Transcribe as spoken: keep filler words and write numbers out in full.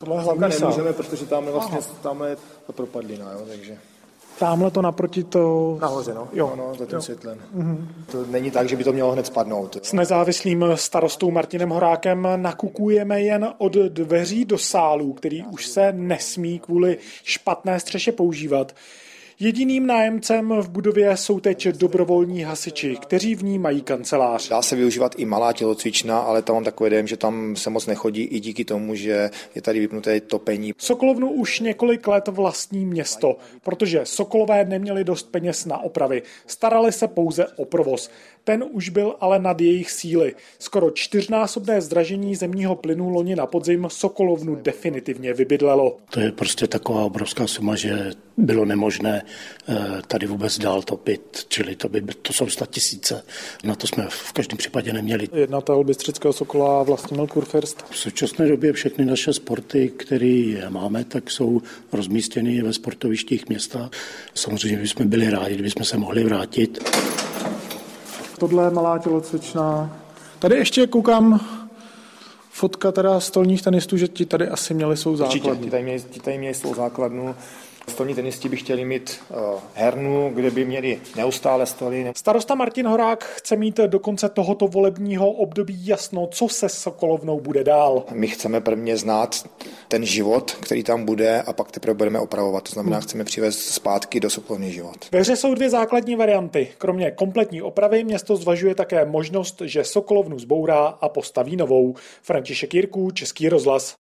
Tohle je hlavní nemůžeme, protože tam vlastně tam je to propadlina, jo, takže... Támhle to naproti to... Nahoře, no. Jo. No, no, za tím světlem. Mm-hmm. To není tak, že by to mělo hned spadnout. Jo. S nezávislým starostou Martinem Horákem nakukujeme jen od dveří do sálu, který už se nesmí kvůli špatné střeše používat. Jediným nájemcem v budově jsou teď dobrovolní hasiči, kteří v ní mají kancelář. Dá se využívat i malá tělocvična, ale tam mám takový dojem, že tam se moc nechodí i díky tomu, že je tady vypnuté topení. Sokolovnu už několik let vlastní město, protože Sokolové neměli dost peněz na opravy. Starali se pouze o provoz. Ten už byl ale nad jejich síly. Skoro čtyřnásobné zdražení zemního plynu loni na podzim Sokolovnu definitivně vybydlelo. To je prostě taková obrovská suma, že bylo nemožné tady vůbec dál topit, čili to, by, to jsou statisíce. Na to jsme v každém případě neměli. Jednatel Bystřického Sokola Vlastimil Kurfiřt. V současné době všechny naše sporty, které máme, tak jsou rozmístěny ve sportovištích města. Samozřejmě bychom byli rádi, kdybychom se mohli vrátit. Tohle je malá tělocvična. Tady ještě koukám fotka teda stolních tenistů, že ti tady asi měli svou základnu. Určitě, ti tady měli, ti tady měli svou základnu. Stolní tenisti by chtěli mít uh, hernu, kde by měli neustále stoly. Starosta Martin Horák chce mít do konce tohoto volebního období jasno, co se Sokolovnou bude dál. My chceme prvně znát ten život, který tam bude, a pak teprve budeme opravovat. To znamená, hmm. chceme přivést zpátky do Sokolovny život. Ve hře jsou dvě základní varianty. Kromě kompletní opravy město zvažuje také možnost, že Sokolovnu zbourá a postaví novou. František Jirků, Český rozhlas.